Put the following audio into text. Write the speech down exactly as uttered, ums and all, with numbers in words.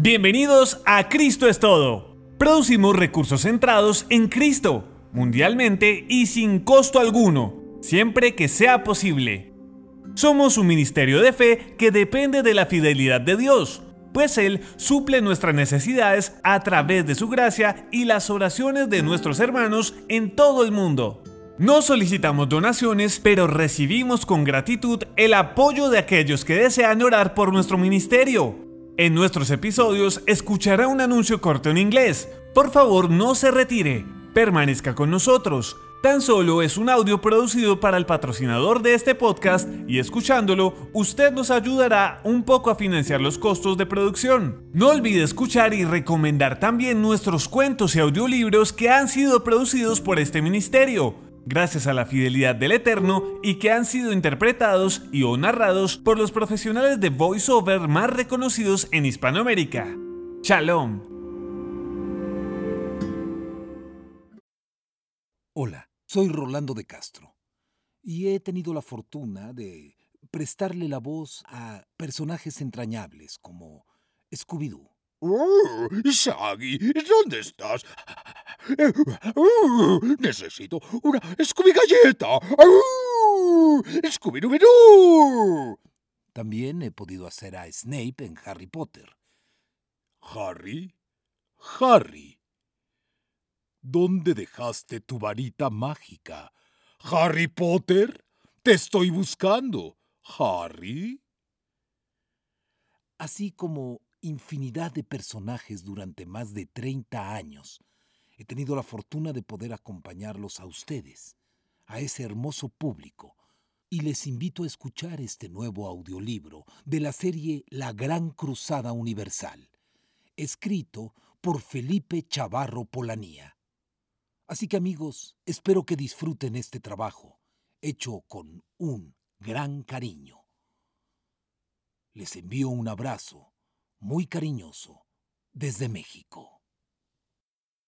Bienvenidos a Cristo es Todo. Producimos recursos centrados en Cristo, mundialmente y sin costo alguno, siempre que sea posible. Somos un ministerio de fe que depende de la fidelidad de Dios, pues Él suple nuestras necesidades a través de su gracia y las oraciones de nuestros hermanos en todo el mundo. No solicitamos donaciones, pero recibimos con gratitud el apoyo de aquellos que desean orar por nuestro ministerio. En nuestros episodios escuchará un anuncio corto en inglés. Por favor, no se retire. Permanezca con nosotros. Tan solo es un audio producido para el patrocinador de este podcast y escuchándolo, usted nos ayudará un poco a financiar los costos de producción. No olvide escuchar y recomendar también nuestros cuentos y audiolibros que han sido producidos por este ministerio, gracias a la fidelidad del Eterno, y que han sido interpretados y o narrados por los profesionales de voiceover más reconocidos en Hispanoamérica. Shalom. Hola, soy Rolando de Castro y he tenido la fortuna de prestarle la voz a personajes entrañables como Scooby-Doo. ¡Oh, Shaggy! ¿Dónde estás? ¡Oh, necesito una Scooby Galleta! ¡Oh, Scooby-Doo! También he podido hacer a Snape en Harry Potter. ¿Harry? Harry. ¿Dónde dejaste tu varita mágica? ¿Harry Potter? Te estoy buscando. ¿Harry? Así como infinidad de personajes durante más de treinta años, he tenido la fortuna de poder acompañarlos a ustedes, a ese hermoso público, y les invito a escuchar este nuevo audiolibro de la serie La Gran Cruzada Universal, escrito por Felipe Chavarro Polanía. Así que, amigos, espero que disfruten este trabajo, hecho con un gran cariño. Les envío un abrazo muy cariñoso desde México.